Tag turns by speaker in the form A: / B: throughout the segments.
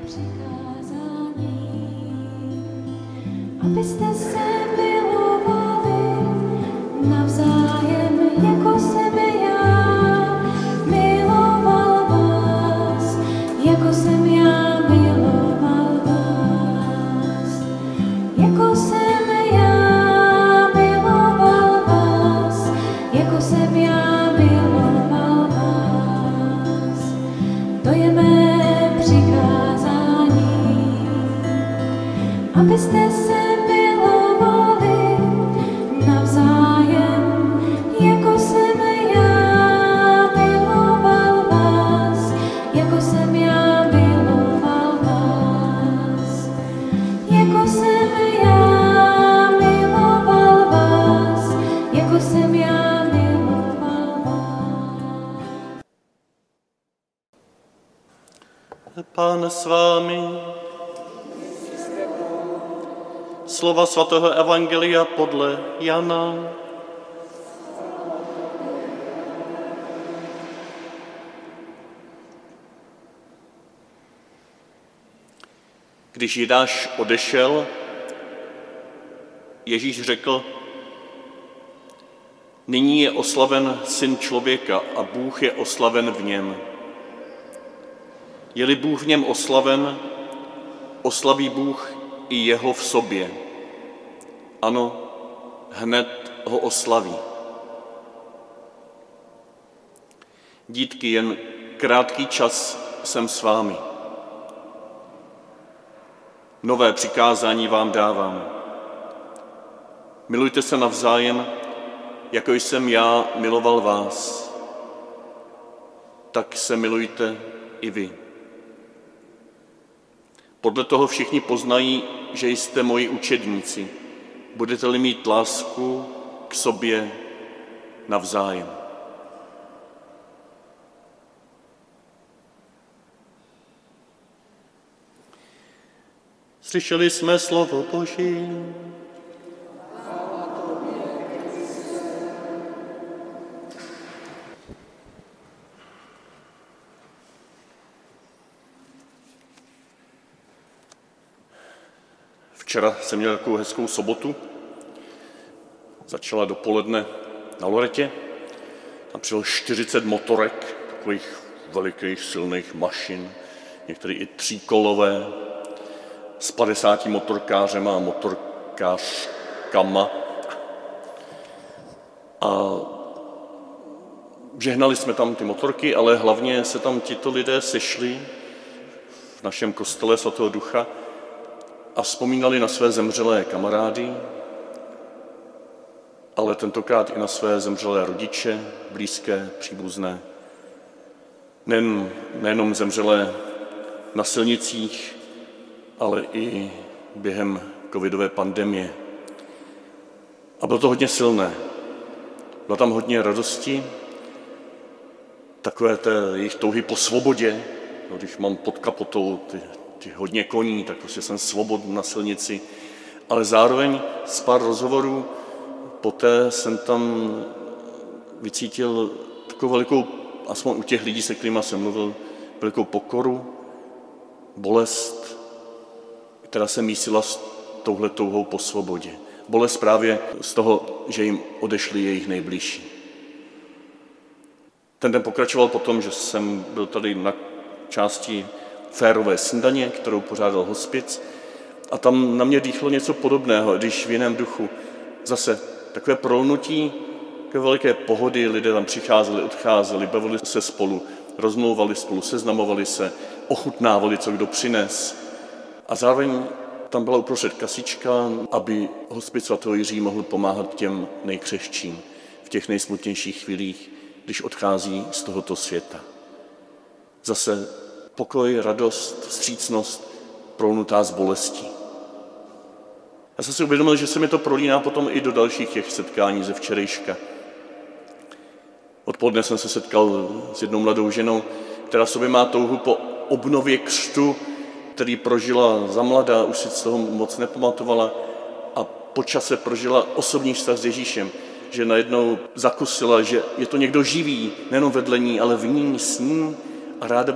A: Abyste se milovali navzájem jako sebe já, miloval vás, jako jsem já miloval vás, jako jsem já miloval vás, jako jsem já miloval vás. To je mé přikázání, abyste se milovali navzájem, jako jsem já miloval vás, jako jsem já miloval vás, jako jsem já miloval vás, jako jsem já miloval vás.
B: Pán s vámi. Slova svatého evangelia podle Jana. Když Jidáš odešel, Ježíš řekl: Nyní je oslaven Syn člověka a Bůh je oslaven v něm. Je-li Bůh v něm oslaven, oslaví Bůh i jeho v sobě. Ano, hned ho oslaví. Dítky, jen krátký čas jsem s vámi. Nové přikázání vám dávám. Milujte se navzájem, jako jsem já miloval vás. Tak se milujte i vy. Podle toho všichni poznají, že jste moji učedníci. Budete-li mít lásku k sobě navzájem. Slyšeli jsme slovo Boží. Včera jsem měl takovou hezkou sobotu. Začala dopoledne na Loretě. Tam přijelo 40 motorek, takových velikých, silných mašin, některé i tříkolové, s 50 motorkářema a motorkářkama. A žehnali jsme tam ty motorky, ale hlavně se tam tito lidé sešli v našem kostele svatého Ducha a vzpomínali na své zemřelé kamarády, ale tentokrát i na své zemřelé rodiče, blízké, příbuzné. Nejenom zemřelé na silnicích, ale i během covidové pandemie. A bylo to hodně silné. Byla tam hodně radosti, takové té jejich touhy po svobodě. No, když mám pod kapotou ty hodně koní, tak prostě jsem svobodný na silnici. Ale zároveň z pár rozhovorů poté jsem tam vycítil takovou velikou, aspoň u těch lidí, se kterými jsem mluvil, velikou pokoru, bolest, která se mísila s touhle touhou po svobodě. Bolest právě z toho, že jim odešli jejich nejbližší. Ten den pokračoval potom, že jsem byl tady na části férové snídaně, kterou pořádal hospic, a tam na mě dýchlo něco podobného, když v jiném duchu. Zase takové prolnutí, takové veliké pohody, lidé tam přicházeli, odcházeli, bavili se spolu, rozmlouvali spolu, seznamovali se, ochutnávali, co kdo přines. A zároveň tam byla uprostřed kasička, aby hospic svatého Jiří mohl pomáhat těm nejkřehčím v těch nejsmutnějších chvílích, když odchází z tohoto světa. Zase pokoj, radost, vstřícnost, prolnutá z bolestí. Já jsem si uvědomil, že se mi to prolíná potom i do dalších těch setkání ze včerejška. Odpoledne jsem se setkal s jednou mladou ženou, která sobě má touhu po obnově křtu, který prožila za mladá, už si z toho moc nepamatovala, a po čase prožila osobní vztah s Ježíšem, že najednou zakusila, že je to někdo živý, nejenom vedle ní, ale v ní, s ní, a ráda by i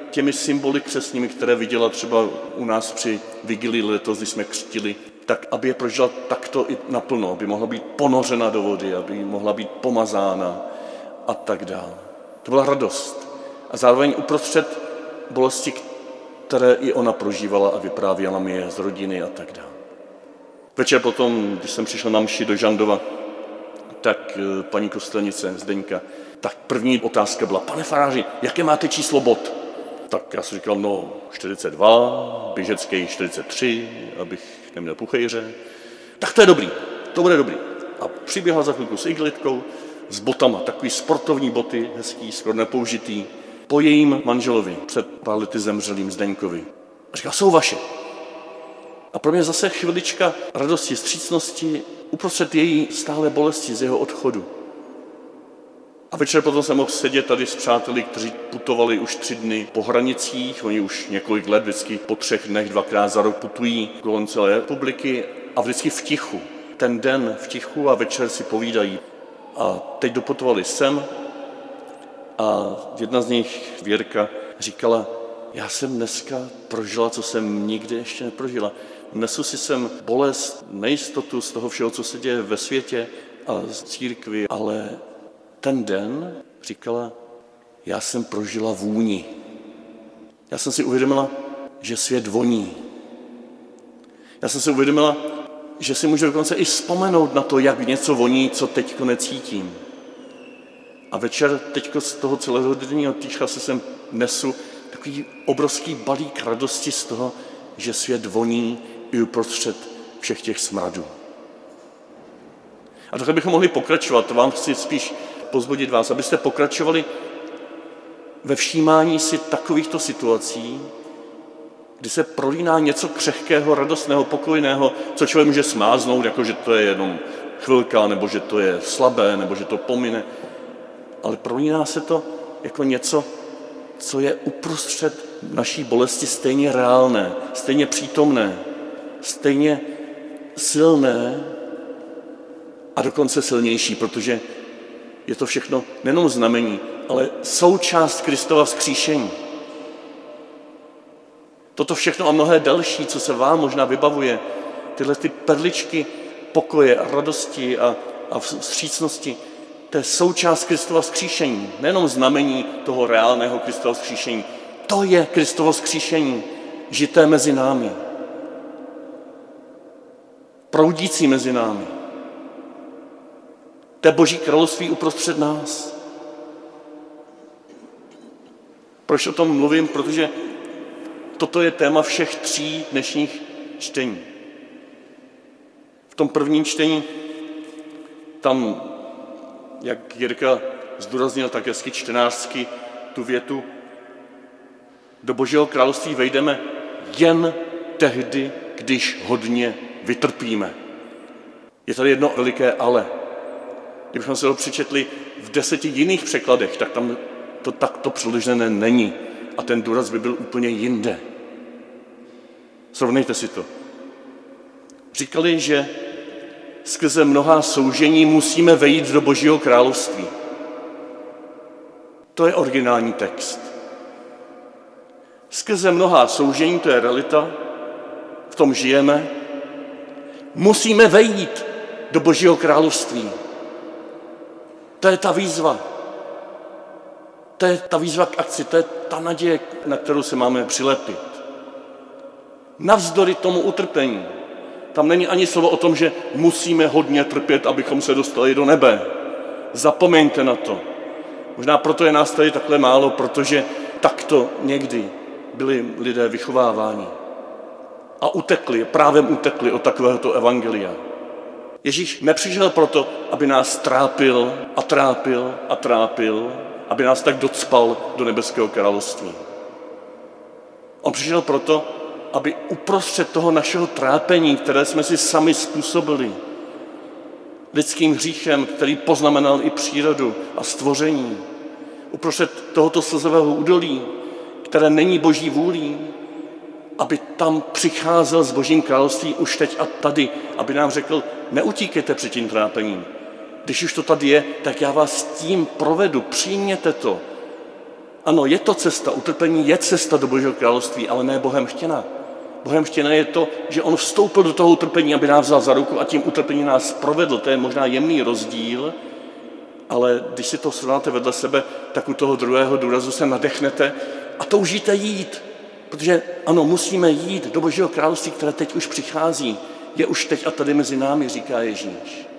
B: těmi symboly křestními, které viděla třeba u nás při vigilii letos, když jsme křtili, tak aby je prožila takto i naplno, aby mohla být ponořena do vody, aby mohla být pomazána a tak dále. To byla radost. A zároveň uprostřed bolesti, které i ona prožívala a vyprávěla mi je z rodiny a tak dále. Večer potom, když jsem přišel na mši do Žandova, tak paní kostelnice Zdeňka, tak první otázka byla: pane faráři, jaké máte číslo bot? Tak já jsem říkal, 42, běžecký 43, abych neměl puchejře. Tak to je dobrý, to bude dobrý. A přiběhla za chvilku s iglitkou, s botama, takový sportovní boty, hezký, skoro nepoužitý, po jejím manželovi, před pár lety zemřelým Zdeňkovi. A říkal, jsou vaše. A pro mě zase chvilička radosti, vstřícnosti uprostřed její stále bolesti z jeho odchodu. A večer potom jsem mohl sedět tady s přáteli, kteří putovali už 3 dny po hranicích. Oni už několik let vždycky po 3 dnech 2krát za rok putují kolem celé republiky a vždycky v tichu. Ten den v tichu a večer si povídají. A teď doputovali sem a jedna z nich, Věrka, říkala, já jsem dneska prožila, co jsem nikdy ještě neprožila. Nesu si sem bolest, nejistotu z toho všeho, co se děje ve světě a z církvi, ale ten den, říkala, já jsem prožila vůni. Já jsem si uvědomila, že svět voní. Já jsem si uvědomila, že si můžu dokonce i vzpomenout na to, jak něco voní, co teďko necítím. A večer teďko z toho celého denního týčka se sem nesu takový obrovský balík radosti z toho, že svět voní i uprostřed všech těch smradů. A takhle bychom mohli pokračovat, to vám chci spíš pozbudit vás, abyste pokračovali ve všímání si takovýchto situací, kdy se prolíná něco křehkého, radostného, pokojného, co člověk může smáznout, jako že to je jenom chvilka, nebo že to je slabé, nebo že to pomine. Ale prolíná se to jako něco, co je uprostřed naší bolesti stejně reálné, stejně přítomné, stejně silné a dokonce silnější, protože je to všechno nejenom znamení, ale součást Kristova vzkříšení. Toto všechno a mnohé další, co se vám možná vybavuje, tyhle ty perličky pokoje a radosti a vstřícnosti, to je součást Kristova vzkříšení, nejenom znamení toho reálného Kristova vzkříšení. To je Kristovo vzkříšení, žité mezi námi, proudící mezi námi. To je Boží království uprostřed nás. Proč o tom mluvím? Protože toto je téma všech 3 dnešních čtení. V tom prvním čtení, tam, jak Jirka zdůraznil tak hezky čtenářsky tu větu, do Božího království vejdeme jen tehdy, když hodně vytrpíme. Je tady jedno veliké ale. Kdybychom se to přečetli v 10 jiných překladech, tak tam to takto přeložené není. A ten důraz by byl úplně jinde. Srovnejte si to. Říkali, že skrze mnohá soužení musíme vejít do Božího království. To je originální text. Skrze mnohá soužení, to je realita, v tom žijeme, musíme vejít do Božího království. To je ta výzva. To je ta výzva k akci, to je ta naděje, na kterou se máme přilepit. Navzdory tomu utrpení. Tam není ani slovo o tom, že musíme hodně trpět, abychom se dostali do nebe. Zapomeňte na to. Možná proto je nás tady takhle málo, protože takto někdy byli lidé vychováváni. A právem utekli od takovéhoto evangelia. Ježíš nepřišel proto, aby nás trápil, aby nás tak docpal do nebeského království. On přišel proto, aby uprostřed toho našeho trápení, které jsme si sami způsobili, lidským hříchem, který poznamenal i přírodu a stvoření, uprostřed tohoto slzového údolí, které není Boží vůlí, aby tam přicházel s Božím království už teď a tady, aby nám řekl, neutíkejte před tím trápením. Když už to tady je, tak já vás tím provedu, přijměte to. Ano, je to cesta, utrpení je cesta do Božího království, ale ne Bohem chtěná. Bohem chtěné je to, že on vstoupil do toho utrpení, aby nás vzal za ruku a tím utrpení nás provedl. To je možná jemný rozdíl, ale když si to srovnáte vedle sebe, tak u toho druhého důrazu se nadechnete a toužíte jít. Protože ano, musíme jít do Božího království, které teď už přichází. Je už teď a tady mezi námi, říká Ježíš.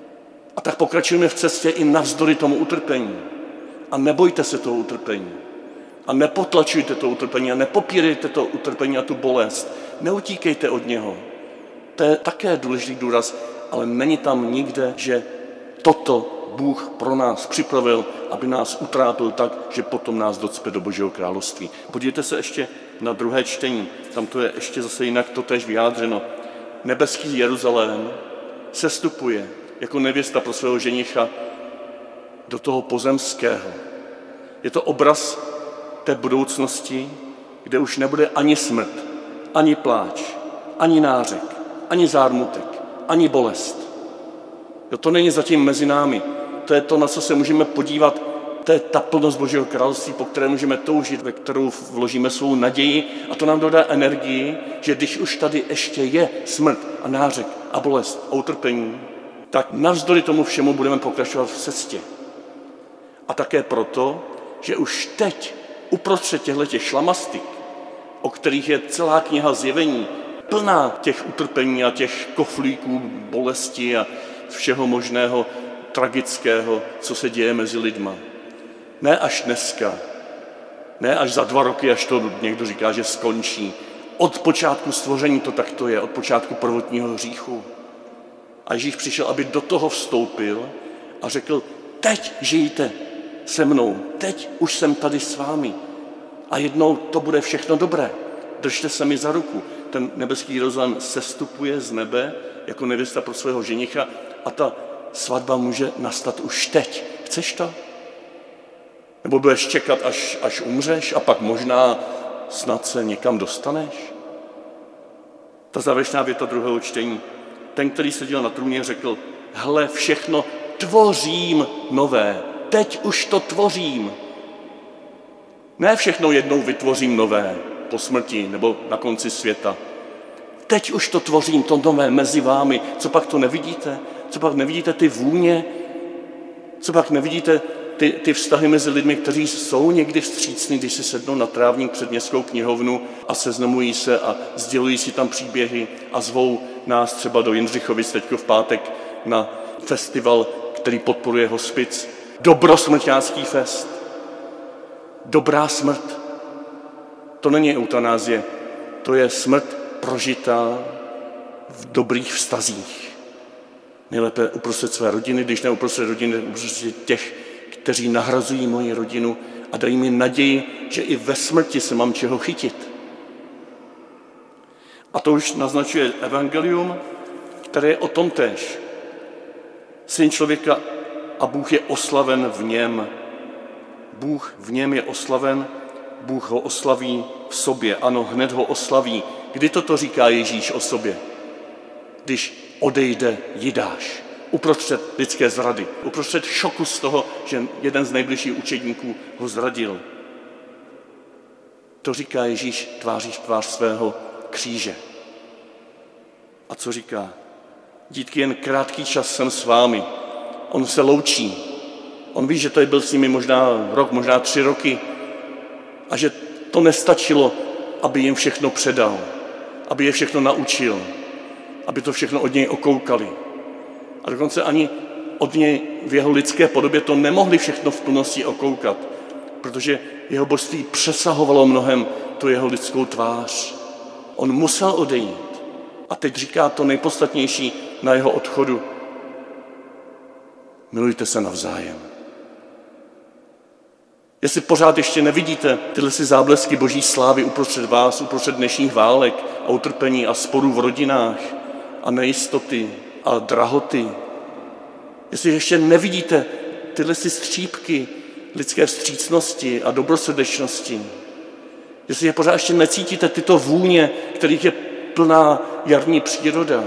B: A tak pokračujeme v cestě i navzdory tomu utrpení. A nebojte se toho utrpení. A nepotlačujte to utrpení a nepopírejte to utrpení a tu bolest. Neutíkejte od něho. To je také důležitý důraz, ale není tam nikde, že toto Bůh pro nás připravil, aby nás utrápil tak, že potom nás docpe do Božího království. Podívejte se ještě na druhé čtení, tam to je ještě zase jinak totéž vyjádřeno. Nebeský Jeruzalém sestupuje jako nevěsta pro svého ženicha do toho pozemského. Je to obraz té budoucnosti, kde už nebude ani smrt, ani pláč, ani nářek, ani zármutek, ani bolest. Jo, to není zatím mezi námi. To je to, na co se můžeme podívat. To je ta plnost Božího království, po které můžeme toužit, ve kterou vložíme svou naději a to nám dodá energii, že když už tady ještě je smrt a nářek a bolest a utrpení, tak navzdory tomu všemu budeme pokračovat v cestě. A také proto, že už teď uprostřed těchto šlamastik, o kterých je celá kniha Zjevení, plná těch utrpení a těch koflíků, bolesti a všeho možného tragického, co se děje mezi lidma. Ne až dneska, ne až za 2 roky, až to někdo říká, že skončí. Od počátku stvoření to takto je, od počátku prvotního hříchu. A Ježíš přišel, aby do toho vstoupil a řekl, teď žijte se mnou, teď už jsem tady s vámi a jednou to bude všechno dobré. Držte se mi za ruku. Ten nebeský Jeruzalém sestupuje z nebe jako nevěsta pro svého ženicha a ta svatba může nastat už teď. Chceš to? Nebo budeš čekat, až umřeš a pak možná snad se někam dostaneš? Ta závěrečná věta druhého čtení. Ten, který seděl na trůně, řekl, hle, všechno tvořím nové. Teď už to tvořím. Ne všechno jednou vytvořím nové po smrti nebo na konci světa. Teď už to tvořím, to nové mezi vámi. Co pak to nevidíte? Co pak nevidíte ty vůně? Co pak nevidíte ty vztahy mezi lidmi, kteří jsou někdy vstřícní, když si sednou na trávník před městskou knihovnu a seznamují se a sdělují si tam příběhy a zvou nás třeba do Jindřichovic teďko v pátek na festival, který podporuje hospic. Dobrosmrťácký fest. Dobrá smrt. To není eutanázie, to je smrt prožitá v dobrých vztazích. Nejlépe uprostřed své rodiny, když ne uprostřed rodiny, uprostřed těch, kteří nahrazují moji rodinu a dají mi naději, že i ve smrti se mám čeho chytit. A to už naznačuje evangelium, které je o tom též. Syn člověka a Bůh je oslaven v něm. Bůh v něm je oslaven, Bůh ho oslaví v sobě. Ano, hned ho oslaví. Kdy toto říká Ježíš o sobě? Když odejde Jidáš. Uprostřed lidské zrady. Uprostřed šoku z toho, že jeden z nejbližších učedníků ho zradil. To říká Ježíš tváří v tvář svého kříže. A co říká? Dítky, jen krátký čas jsem s vámi. On se loučí. On ví, že tady byl s nimi možná rok, možná 3 roky a že to nestačilo, aby jim všechno předal, aby je všechno naučil, aby to všechno od něj okoukali. A dokonce ani od něj v jeho lidské podobě to nemohli všechno v plnosti okoukat, protože jeho božství přesahovalo mnohem tu jeho lidskou tvář. On musel odejít. A teď říká to nejpodstatnější na jeho odchodu. Milujte se navzájem. Jestli pořád ještě nevidíte tyhle si záblesky boží slávy uprostřed vás, uprostřed dnešních válek a utrpení a sporů v rodinách a nejistoty a drahoty, jestli ještě nevidíte tyhle si střípky lidské vstřícnosti a dobrosrdečnosti, jestli je pořád ještě necítíte tyto vůně, kterých je plná jarní příroda,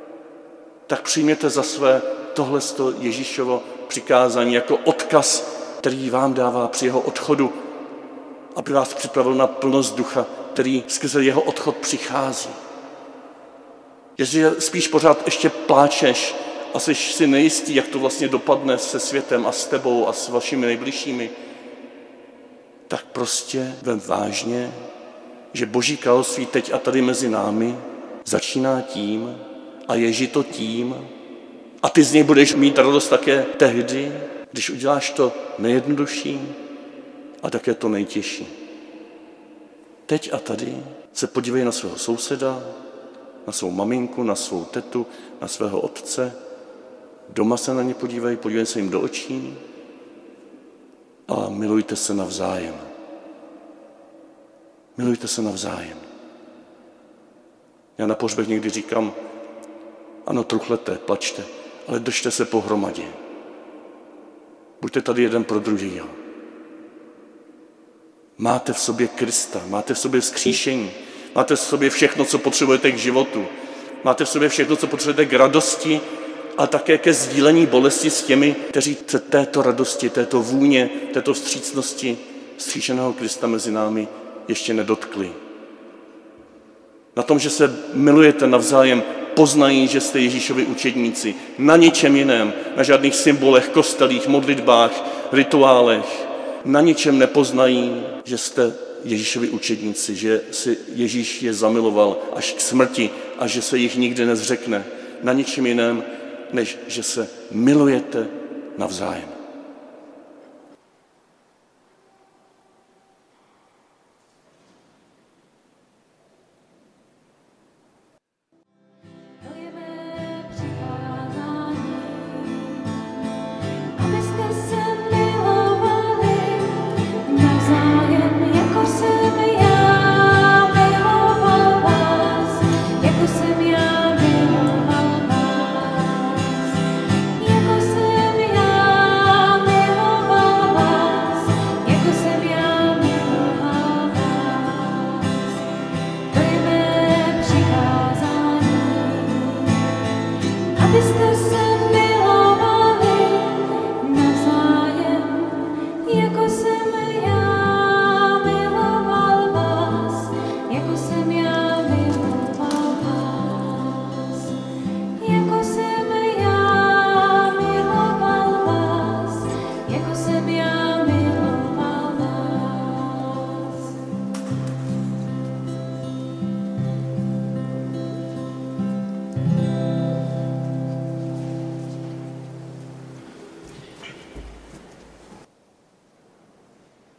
B: tak přijměte za své tohleto Ježíšovo přikázání jako odkaz který vám dává při jeho odchodu, aby vás připravil na plnost ducha, který skrze jeho odchod přichází. Jestliže spíš pořád ještě pláčeš a jsi si nejistý, jak to vlastně dopadne se světem a s tebou a s vašimi nejbližšími, tak prostě vem vážně, že Boží království teď a tady mezi námi začíná tím a je žito tím a ty z něj budeš mít radost také tehdy, když uděláš to nejjednodušší a také to nejtěžší. Teď a tady se podívej na svého souseda, na svou maminku, na svou tetu, na svého otce. Doma se na ně podívej se jim do očí a milujte se navzájem. Milujte se navzájem. Já na pohřbech někdy říkám, ano, truchlete, plačte, ale držte se pohromadě. Buďte tady jeden pro druhýho. Máte v sobě Krista, máte v sobě vzkříšení, máte v sobě všechno, co potřebujete k životu. Máte v sobě všechno, co potřebujete k radosti a také ke sdílení bolesti s těmi, kteří se této radosti, této vůně, této vstřícnosti vzkříšeného Krista mezi námi ještě nedotkli. Na tom, že se milujete navzájem, poznají, že jste Ježíšovi učedníci. Na ničem jiném, na žádných symbolech, kostelích, modlitbách, rituálech. Na ničem nepoznají, že jste Ježíšovi učedníci, že si Ježíš je zamiloval až k smrti a že se jich nikdy nezřekne. Na ničem jiném, než že se milujete navzájem.